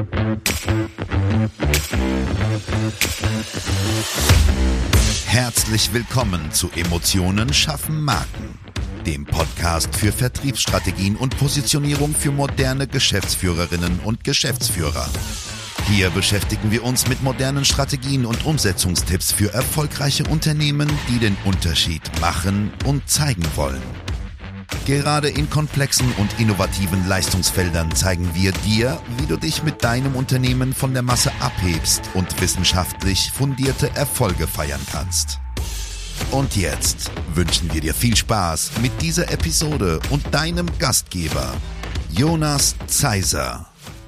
Herzlich willkommen zu Emotionen schaffen Marken, dem Podcast für Vertriebsstrategien und Positionierung für moderne Geschäftsführerinnen und Geschäftsführer. Hier beschäftigen wir uns mit modernen Strategien und Umsetzungstipps für erfolgreiche Unternehmen, die den Unterschied machen und zeigen wollen. Gerade in komplexen und innovativen Leistungsfeldern zeigen wir dir, wie du dich mit deinem Unternehmen von der Masse abhebst und wissenschaftlich fundierte Erfolge feiern kannst. Und jetzt wünschen wir dir viel Spaß mit dieser Episode und deinem Gastgeber, Jonas Zeiser.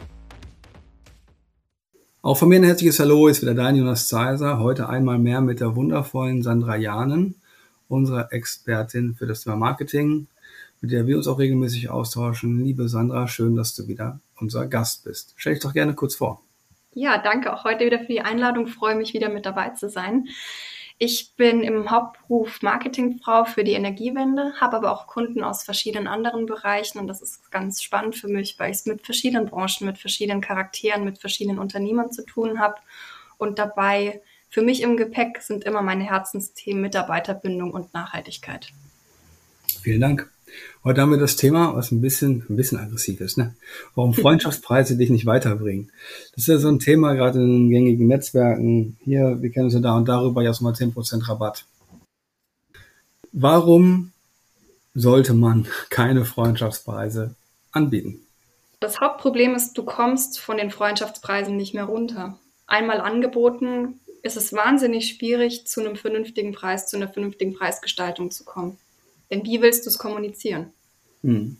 Auch von mir ein herzliches Hallo, ist wieder dein Jonas Zeiser. Heute einmal mehr mit der wundervollen Sandra Jahnen, unserer Expertin für das Thema Marketing, mit der wir uns auch regelmäßig austauschen. Liebe Sandra, schön, dass du wieder unser Gast bist. Stell dich doch gerne kurz vor. Ja, danke auch heute wieder für die Einladung. Freue mich wieder mit dabei zu sein. Ich bin im Hauptberuf Marketingfrau für die Energiewende, habe aber auch Kunden aus verschiedenen anderen Bereichen und das ist ganz spannend für mich, weil ich es mit verschiedenen Branchen, mit verschiedenen Charakteren, mit verschiedenen Unternehmern zu tun habe und dabei für mich im Gepäck sind immer meine Herzensthemen Mitarbeiterbindung und Nachhaltigkeit. Vielen Dank. Heute haben wir das Thema, was ein bisschen aggressiv ist, ne? Warum Freundschaftspreise dich nicht weiterbringen. Das ist ja so ein Thema, gerade in den gängigen Netzwerken. Hier, wir kennen uns ja da und darüber, ja so mal 10% Rabatt. Warum sollte man keine Freundschaftspreise anbieten? Das Hauptproblem ist, du kommst von den Freundschaftspreisen nicht mehr runter. Einmal angeboten, ist es wahnsinnig schwierig, zu einem vernünftigen Preis, zu einer vernünftigen Preisgestaltung zu kommen. Denn wie willst du es kommunizieren? Wie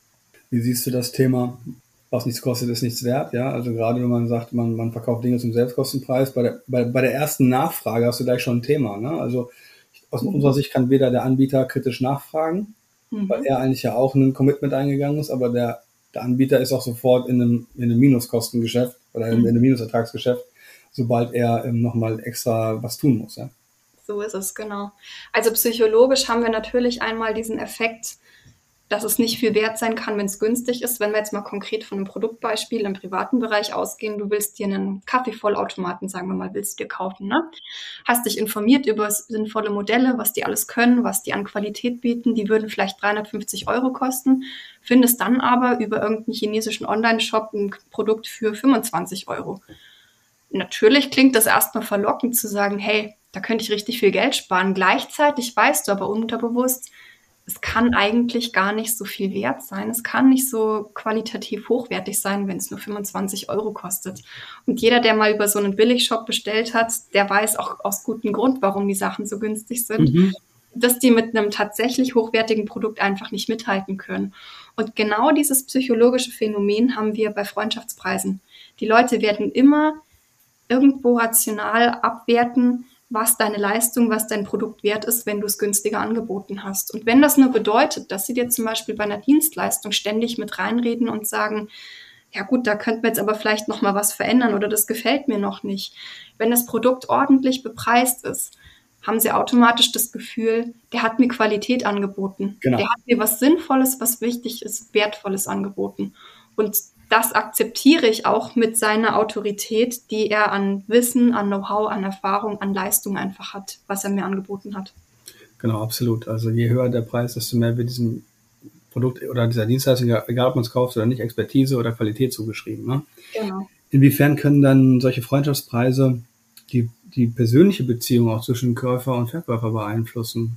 siehst du das Thema, was nichts kostet, ist nichts wert? Ja, also gerade wenn man sagt, man verkauft Dinge zum Selbstkostenpreis, bei der ersten Nachfrage hast du gleich schon ein Thema. Ne? Also aus unserer Sicht kann weder der Anbieter kritisch nachfragen, weil er eigentlich ja auch ein Commitment eingegangen ist, aber der Anbieter ist auch sofort in einem Minuskostengeschäft oder in einem Minusertragsgeschäft, sobald er nochmal extra was tun muss. Ja? So ist es, genau. Also psychologisch haben wir natürlich einmal diesen Effekt, dass es nicht viel wert sein kann, wenn es günstig ist. Wenn wir jetzt mal konkret von einem Produktbeispiel im privaten Bereich ausgehen, du willst dir einen Kaffeevollautomaten, sagen wir mal, willst dir kaufen, ne? Hast dich informiert über sinnvolle Modelle, was die alles können, was die an Qualität bieten. Die würden vielleicht 350 € kosten, findest dann aber über irgendeinen chinesischen Online-Shop ein Produkt für 25 €. Natürlich klingt das erstmal verlockend zu sagen, hey, da könnte ich richtig viel Geld sparen. Gleichzeitig weißt du aber unterbewusst, es kann eigentlich gar nicht so viel wert sein. Es kann nicht so qualitativ hochwertig sein, wenn es nur 25 € kostet. Und jeder, der mal über so einen Billigshop bestellt hat, der weiß auch aus gutem Grund, warum die Sachen so günstig sind, dass die mit einem tatsächlich hochwertigen Produkt einfach nicht mithalten können. Und genau dieses psychologische Phänomen haben wir bei Freundschaftspreisen. Die Leute werden immer irgendwo rational abwerten, was deine Leistung, was dein Produkt wert ist, wenn du es günstiger angeboten hast. Und wenn das nur bedeutet, dass sie dir zum Beispiel bei einer Dienstleistung ständig mit reinreden und sagen, ja gut, da könnten wir jetzt aber vielleicht noch mal was verändern oder das gefällt mir noch nicht. Wenn das Produkt ordentlich bepreist ist, haben sie automatisch das Gefühl, der hat mir Qualität angeboten. Genau. Der hat mir was Sinnvolles, was wichtig ist, Wertvolles angeboten. Und das akzeptiere ich auch mit seiner Autorität, die er an Wissen, an Know-how, an Erfahrung, an Leistung einfach hat, was er mir angeboten hat. Genau, absolut. Also je höher der Preis, desto mehr wird diesem Produkt oder dieser Dienstleistung, egal ob man es kauft oder nicht, Expertise oder Qualität zugeschrieben. Ne? Genau. Inwiefern können dann solche Freundschaftspreise die persönliche Beziehung auch zwischen Käufer und Verkäufer beeinflussen?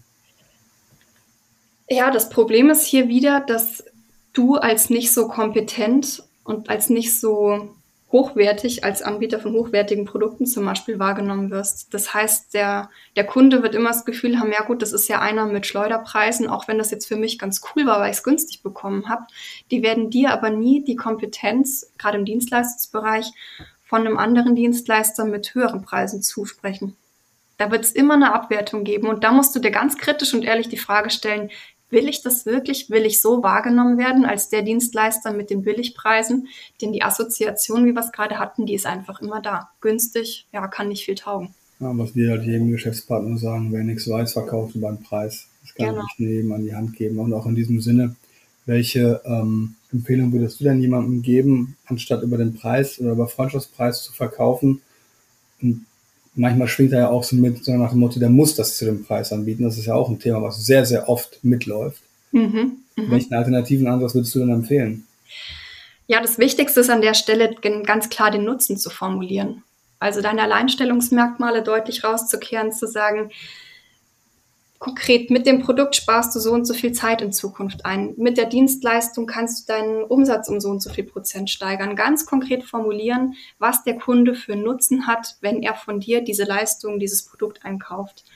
Ja, das Problem ist hier wieder, dass du als nicht so kompetent und als nicht so hochwertig, als Anbieter von hochwertigen Produkten zum Beispiel wahrgenommen wirst. Das heißt, der Kunde wird immer das Gefühl haben, ja gut, das ist ja einer mit Schleuderpreisen, auch wenn das jetzt für mich ganz cool war, weil ich es günstig bekommen habe. Die werden dir aber nie die Kompetenz, gerade im Dienstleistungsbereich, von einem anderen Dienstleister mit höheren Preisen zusprechen. Da wird es immer eine Abwertung geben und da musst du dir ganz kritisch und ehrlich die Frage stellen, will ich das wirklich? Will ich so wahrgenommen werden als der Dienstleister mit den Billigpreisen? Denn die Assoziation, wie wir es gerade hatten, die ist einfach immer da. Günstig, ja, kann nicht viel taugen. Ja, was wir halt jedem Geschäftspartner sagen, wer nichts weiß, verkauft über den Preis. Das kann ich nicht jedem an die Hand geben. Und auch in diesem Sinne, welche Empfehlung würdest du denn jemandem geben, anstatt über den Preis oder über Freundschaftspreis zu verkaufen? Und manchmal schwingt er ja auch so mit, so nach dem Motto, der muss das zu dem Preis anbieten. Das ist ja auch ein Thema, was sehr, sehr oft mitläuft. Welchen alternativen Ansatz würdest du denn empfehlen? Ja, das Wichtigste ist an der Stelle ganz klar den Nutzen zu formulieren. Also deine Alleinstellungsmerkmale deutlich rauszukehren, zu sagen, konkret mit dem Produkt sparst du so und so viel Zeit in Zukunft ein. Mit der Dienstleistung kannst du deinen Umsatz um so und so viel Prozent steigern. Ganz konkret formulieren, was der Kunde für einen Nutzen hat, wenn er von dir diese Leistung, dieses Produkt einkauft.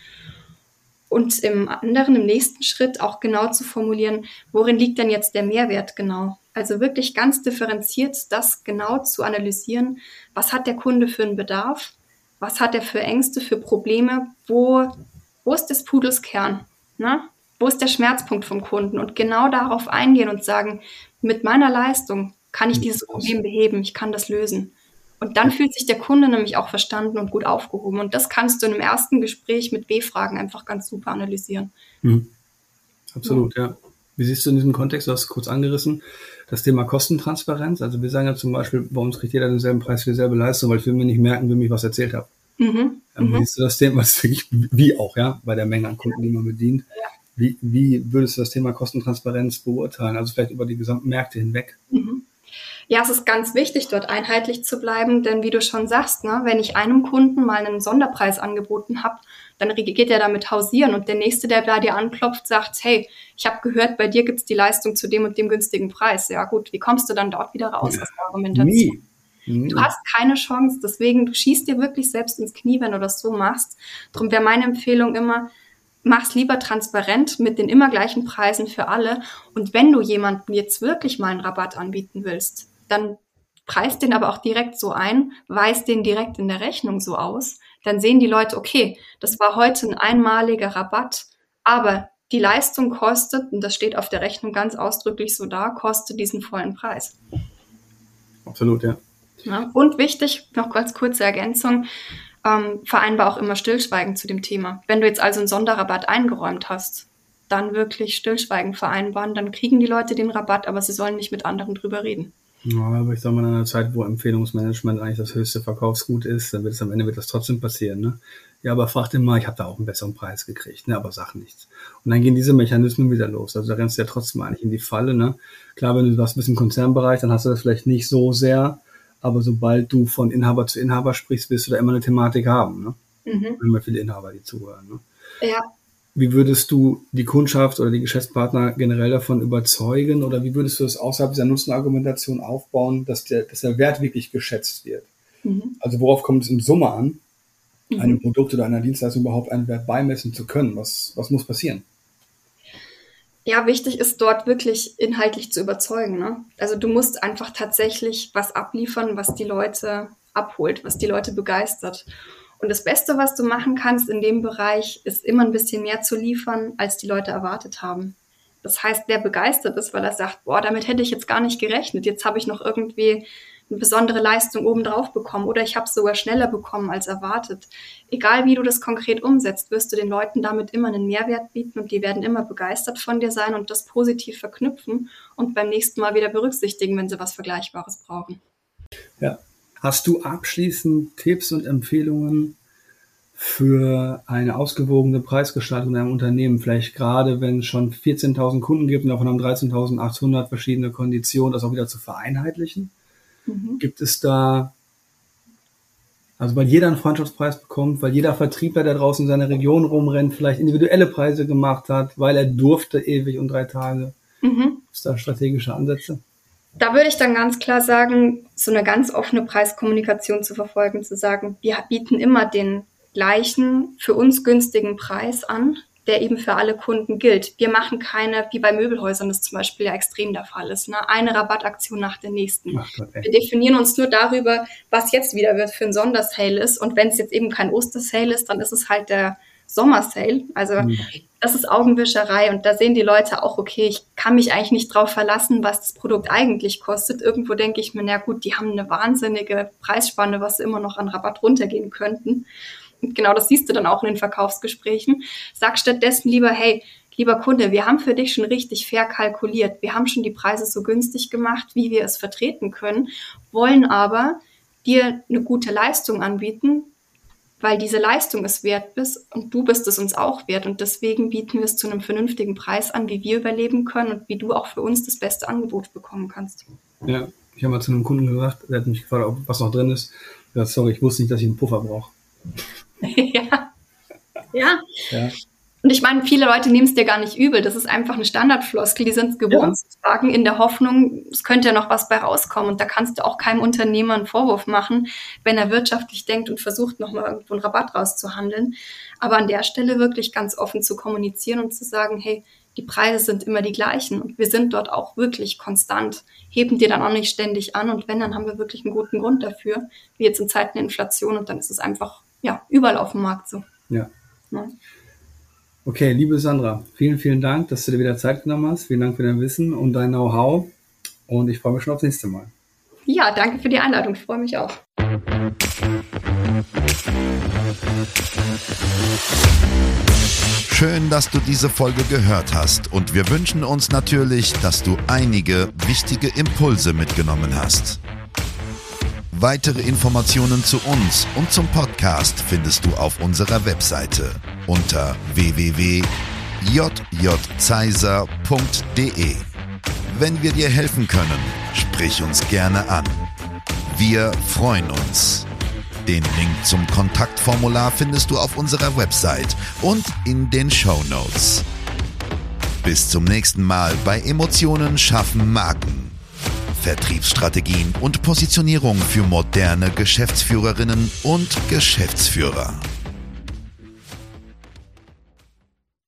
Und im nächsten Schritt auch genau zu formulieren, worin liegt denn jetzt der Mehrwert genau? Also wirklich ganz differenziert das genau zu analysieren. Was hat der Kunde für einen Bedarf? Was hat er für Ängste, für Probleme? Wo ist des Pudels Kern? Ne? Wo ist der Schmerzpunkt vom Kunden? Und genau darauf eingehen und sagen, mit meiner Leistung kann ich dieses Problem beheben, ich kann das lösen. Und dann fühlt sich der Kunde nämlich auch verstanden und gut aufgehoben. Und das kannst du in einem ersten Gespräch mit W-Fragen einfach ganz super analysieren. Absolut, ja. Wie siehst du in diesem Kontext, du hast es kurz angerissen, das Thema Kostentransparenz? Also wir sagen ja zum Beispiel, bei uns kriegt jeder denselben Preis für dieselbe Leistung, weil ich will mir nicht merken, wem ich was erzählt habe. Wie siehst du das Thema, was wirklich, wie auch, ja, bei der Menge an Kunden, die man bedient, wie würdest du das Thema Kostentransparenz beurteilen? Also vielleicht über die gesamten Märkte hinweg? Ja, es ist ganz wichtig, dort einheitlich zu bleiben, denn wie du schon sagst, ne, wenn ich einem Kunden mal einen Sonderpreis angeboten habe, dann geht er damit hausieren und der Nächste, der bei dir anklopft, sagt, hey, ich habe gehört, bei dir gibt's die Leistung zu dem und dem günstigen Preis. Ja gut, wie kommst du dann dort wieder raus aus der Argumentation? Du hast keine Chance, deswegen, du schießt dir wirklich selbst ins Knie, wenn du das so machst. Darum wäre meine Empfehlung immer, mach's lieber transparent mit den immer gleichen Preisen für alle. Und wenn du jemandem jetzt wirklich mal einen Rabatt anbieten willst, dann preis den aber auch direkt so ein, weis den direkt in der Rechnung so aus. Dann sehen die Leute, okay, das war heute ein einmaliger Rabatt, aber die Leistung kostet, und das steht auf der Rechnung ganz ausdrücklich so da, kostet diesen vollen Preis. Absolut, ja. Ja, und wichtig, noch ganz kurze Ergänzung, vereinbar auch immer Stillschweigen zu dem Thema. Wenn du jetzt also einen Sonderrabatt eingeräumt hast, dann wirklich Stillschweigen vereinbaren, dann kriegen die Leute den Rabatt, aber sie sollen nicht mit anderen drüber reden. Ja, aber ich sag mal, in einer Zeit, wo Empfehlungsmanagement eigentlich das höchste Verkaufsgut ist, dann wird das trotzdem passieren, ne? Ja, aber frag den mal, ich habe da auch einen besseren Preis gekriegt, ne? Aber sag nichts. Und dann gehen diese Mechanismen wieder los. Also da rennst du ja trotzdem eigentlich in die Falle, ne? Klar, wenn du was bist im Konzernbereich, dann hast du das vielleicht nicht so sehr, aber sobald du von Inhaber zu Inhaber sprichst, wirst du da immer eine Thematik haben, ne? Wenn wir viele Inhaber, die zuhören, ne? Ja. Wie würdest du die Kundschaft oder die Geschäftspartner generell davon überzeugen oder wie würdest du das außerhalb dieser Nutzenargumentation aufbauen, dass der Wert wirklich geschätzt wird? Also worauf kommt es in Summe an, einem Produkt oder einer Dienstleistung überhaupt einen Wert beimessen zu können? Was muss passieren? Ja, wichtig ist dort wirklich inhaltlich zu überzeugen, ne? Also du musst einfach tatsächlich was abliefern, was die Leute abholt, was die Leute begeistert. Und das Beste, was du machen kannst in dem Bereich, ist immer ein bisschen mehr zu liefern, als die Leute erwartet haben. Das heißt, wer begeistert ist, weil er sagt, boah, damit hätte ich jetzt gar nicht gerechnet. Jetzt habe ich noch irgendwie eine besondere Leistung obendrauf bekommen oder ich habe es sogar schneller bekommen als erwartet. Egal wie du das konkret umsetzt, wirst du den Leuten damit immer einen Mehrwert bieten und die werden immer begeistert von dir sein und das positiv verknüpfen und beim nächsten Mal wieder berücksichtigen, wenn sie was Vergleichbares brauchen. Ja. Hast du abschließend Tipps und Empfehlungen für eine ausgewogene Preisgestaltung in einem Unternehmen? Vielleicht gerade, wenn es schon 14.000 Kunden gibt und davon haben 13.800 verschiedene Konditionen, das auch wieder zu vereinheitlichen? Gibt es da, also weil jeder einen Freundschaftspreis bekommt, weil jeder Vertriebler, der draußen in seiner Region rumrennt, vielleicht individuelle Preise gemacht hat, weil er durfte ewig und 3 Tage? Gibt es da strategische Ansätze? Da würde ich dann ganz klar sagen, so eine ganz offene Preiskommunikation zu verfolgen, zu sagen, wir bieten immer den gleichen, für uns günstigen Preis an, der eben für alle Kunden gilt. Wir machen keine, wie bei Möbelhäusern das zum Beispiel ja extrem der Fall ist, ne? Eine Rabattaktion nach der nächsten. Wir definieren uns nur darüber, was jetzt wieder wird für ein Sondersale ist. Und wenn es jetzt eben kein Ostersale ist, dann ist es halt der Sommersale. Also das ist Augenwischerei und da sehen die Leute auch, okay, ich kann mich eigentlich nicht drauf verlassen, was das Produkt eigentlich kostet. Irgendwo denke ich mir, na gut, die haben eine wahnsinnige Preisspanne, was sie immer noch an Rabatt runtergehen könnten. Und genau das siehst du dann auch in den Verkaufsgesprächen. Sag stattdessen lieber, hey, lieber Kunde, wir haben für dich schon richtig fair kalkuliert. Wir haben schon die Preise so günstig gemacht, wie wir es vertreten können, wollen aber dir eine gute Leistung anbieten, weil diese Leistung es wert bist und du bist es uns auch wert. Und deswegen bieten wir es zu einem vernünftigen Preis an, wie wir überleben können und wie du auch für uns das beste Angebot bekommen kannst. Ja, ich habe mal zu einem Kunden gesagt, der hat mich gefragt, ob was noch drin ist. Ich habe gesagt, sorry, ich wusste nicht, dass ich einen Puffer brauche. Ja. Und ich meine, viele Leute nehmen es dir gar nicht übel. Das ist einfach eine Standardfloskel. Die sind es gewohnt zu sagen, in der Hoffnung, es könnte ja noch was bei rauskommen. Und da kannst du auch keinem Unternehmer einen Vorwurf machen, wenn er wirtschaftlich denkt und versucht, nochmal irgendwo einen Rabatt rauszuhandeln. Aber an der Stelle wirklich ganz offen zu kommunizieren und zu sagen, hey, die Preise sind immer die gleichen und wir sind dort auch wirklich konstant, heben dir dann auch nicht ständig an. Und wenn, dann haben wir wirklich einen guten Grund dafür, wie jetzt in Zeiten der Inflation. Und dann ist es einfach überall auf dem Markt so. Ja. Okay, liebe Sandra, vielen, vielen Dank, dass du dir wieder Zeit genommen hast. Vielen Dank für dein Wissen und dein Know-how. Und ich freue mich schon aufs nächste Mal. Ja, danke für die Einladung. Ich freue mich auch. Schön, dass du diese Folge gehört hast. Und wir wünschen uns natürlich, dass du einige wichtige Impulse mitgenommen hast. Weitere Informationen zu uns und zum Podcast findest du auf unserer Webseite unter www.jjzeiser.de. Wenn wir dir helfen können, sprich uns gerne an. Wir freuen uns. Den Link zum Kontaktformular findest du auf unserer Website und in den Shownotes. Bis zum nächsten Mal bei Emotionen schaffen Marken. Vertriebsstrategien und Positionierung für moderne Geschäftsführerinnen und Geschäftsführer.